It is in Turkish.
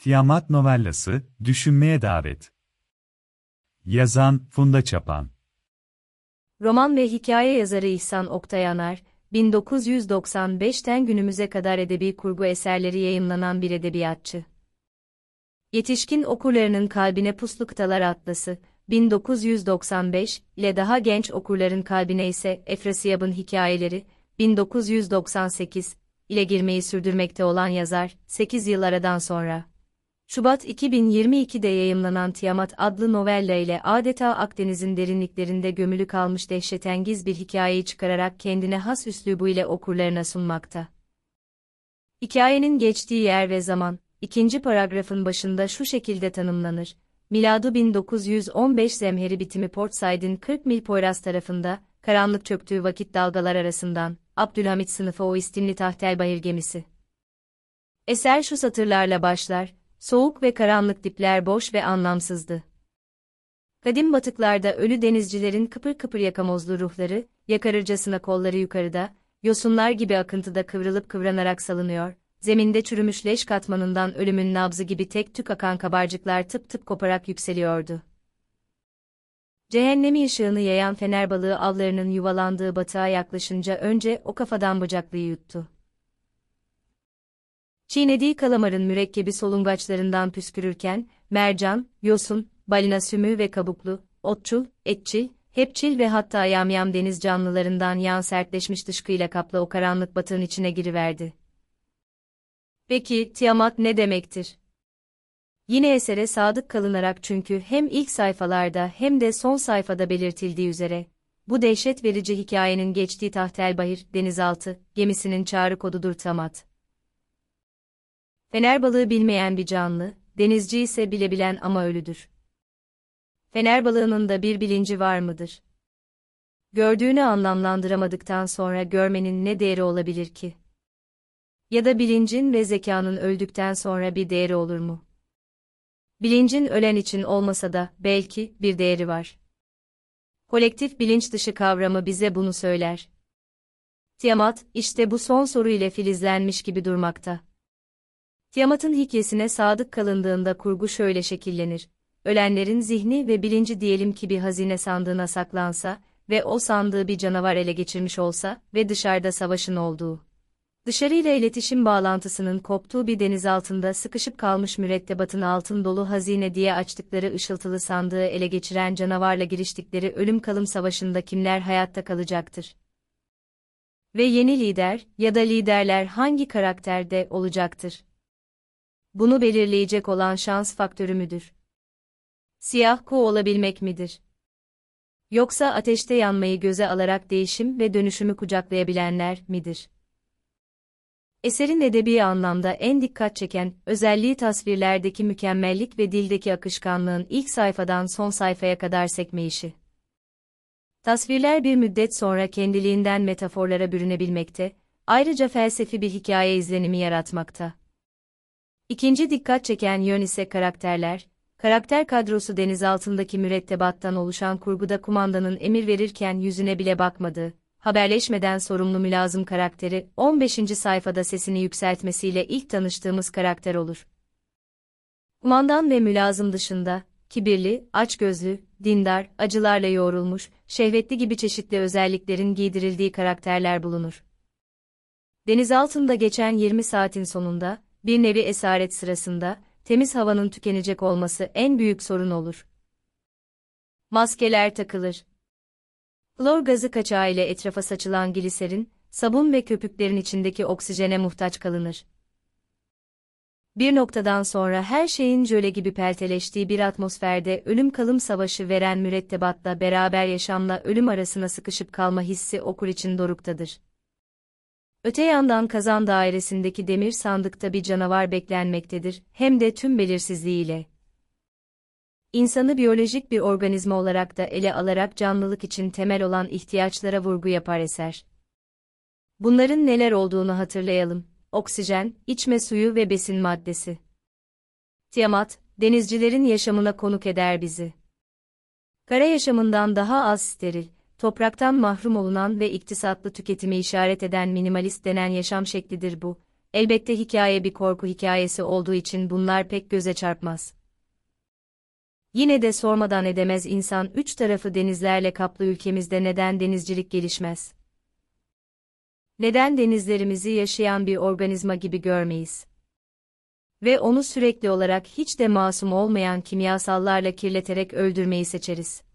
Tiamat novellası, düşünmeye davet. Yazan, Funda Çapan. Roman ve hikaye yazarı İhsan Oktayaner, 1995'ten günümüze kadar edebi kurgu eserleri yayımlanan bir edebiyatçı. Yetişkin okurlarının kalbine Puslu Kıtalar Atlası, 1995 ile daha genç okurların kalbine ise Efrasiyab'ın hikayeleri, 1998 ile girmeyi sürdürmekte olan yazar, 8 yıl aradan sonra. Şubat 2022'de yayımlanan Tiamat adlı novella ile adeta Akdeniz'in derinliklerinde gömülü kalmış dehşetengiz bir hikayeyi çıkararak kendine has üslubu ile okurlarına sunmakta. Hikayenin geçtiği yer ve zaman, ikinci paragrafın başında şu şekilde tanımlanır. Miladu 1915 zemheri bitimi Port Said'in 40 mil Poyraz tarafında, karanlık çöktüğü vakit dalgalar arasından, Abdülhamit sınıfı o istimli Tahtelbahir gemisi. Eser şu satırlarla başlar. Soğuk ve karanlık dipler boş ve anlamsızdı. Kadim batıklarda ölü denizcilerin kıpır kıpır yakamozlu ruhları, yakarırcasına kolları yukarıda, yosunlar gibi akıntıda kıvrılıp kıvranarak salınıyor, zeminde çürümüş leş katmanından ölümün nabzı gibi tek tük akan kabarcıklar tıp tıp koparak yükseliyordu. Cehennemi ışığını yayan fener balığı avlarının yuvalandığı batığa yaklaşınca önce o kafadan bıcaklıyı yuttu. Çiğnediği kalamarın mürekkebi solungaçlarından püskürürken, mercan, yosun, balina sümüğü ve kabuklu, otçul, etçil, hepçil ve hatta yamyam deniz canlılarından yağ sertleşmiş dışkıyla kaplı o karanlık batığın içine giriverdi. Peki, Tiamat ne demektir? Yine esere sadık kalınarak çünkü hem ilk sayfalarda hem de son sayfada belirtildiği üzere, bu dehşet verici hikayenin geçtiği Tahtelbahir, denizaltı, gemisinin çağrı kodudur Tiamat. Fener balığı bilmeyen bir canlı, denizci ise bilebilen ama ölüdür. Fener balığının da bir bilinci var mıdır? Gördüğünü anlamlandıramadıktan sonra görmenin ne değeri olabilir ki? Ya da bilincin ve zekanın öldükten sonra bir değeri olur mu? Bilincin ölen için olmasa da belki bir değeri var. Kolektif bilinç dışı kavramı bize bunu söyler. Tiamat, işte bu son soru ile filizlenmiş gibi durmakta. Tiamat'ın hikayesine sadık kalındığında kurgu şöyle şekillenir. Ölenlerin zihni ve bilinci diyelim ki bir hazine sandığına saklansa ve o sandığı bir canavar ele geçirmiş olsa ve dışarıda savaşın olduğu. Dışarıyla iletişim bağlantısının koptuğu bir deniz altında sıkışıp kalmış mürettebatın altın dolu hazine diye açtıkları ışıltılı sandığı ele geçiren canavarla giriştikleri ölüm kalım savaşında kimler hayatta kalacaktır? Ve yeni lider ya da liderler hangi karakterde olacaktır? Bunu belirleyecek olan şans faktörü müdür? Siyah kuğu olabilmek midir? Yoksa ateşte yanmayı göze alarak değişim ve dönüşümü kucaklayabilenler midir? Eserin edebi anlamda en dikkat çeken özelliği tasvirlerdeki mükemmellik ve dildeki akışkanlığın ilk sayfadan son sayfaya kadar sekmeyişi. Tasvirler bir müddet sonra kendiliğinden metaforlara bürünebilmekte, ayrıca felsefi bir hikaye izlenimi yaratmakta. İkinci dikkat çeken yön ise karakterler. Karakter kadrosu denizaltındaki mürettebattan oluşan kurguda kumandanın emir verirken yüzüne bile bakmadığı, haberleşmeden sorumlu mülazım karakteri 15. sayfada sesini yükseltmesiyle ilk tanıştığımız karakter olur. Kumandan ve mülazım dışında, kibirli, açgözlü, dindar, acılarla yoğrulmuş, şehvetli gibi çeşitli özelliklerin giydirildiği karakterler bulunur. Denizaltında geçen 20 saatin sonunda, bir nevi esaret sırasında, temiz havanın tükenecek olması en büyük sorun olur. Maskeler takılır. Klor gazı kaçağı ile etrafa saçılan gliserin, sabun ve köpüklerin içindeki oksijene muhtaç kalınır. Bir noktadan sonra her şeyin jöle gibi pelteleştiği bir atmosferde ölüm kalım savaşı veren mürettebatla beraber yaşamla ölüm arasına sıkışıp kalma hissi okur için doruktadır. Öte yandan kazan dairesindeki demir sandıkta bir canavar beklenmektedir, hem de tüm belirsizliğiyle. İnsanı biyolojik bir organizma olarak da ele alarak canlılık için temel olan ihtiyaçlara vurgu yapar eser. Bunların neler olduğunu hatırlayalım: oksijen, içme suyu ve besin maddesi. Tiamat, denizcilerin yaşamına konuk eder bizi. Kara yaşamından daha az steril, topraktan mahrum olunan ve iktisatlı tüketimi işaret eden minimalist denen yaşam şeklidir bu. Elbette hikaye bir korku hikayesi olduğu için bunlar pek göze çarpmaz. Yine de sormadan edemez insan, üç tarafı denizlerle kaplı ülkemizde neden denizcilik gelişmez? Neden denizlerimizi yaşayan bir organizma gibi görmeyiz? Ve onu sürekli olarak hiç de masum olmayan kimyasallarla kirleterek öldürmeyi seçeriz.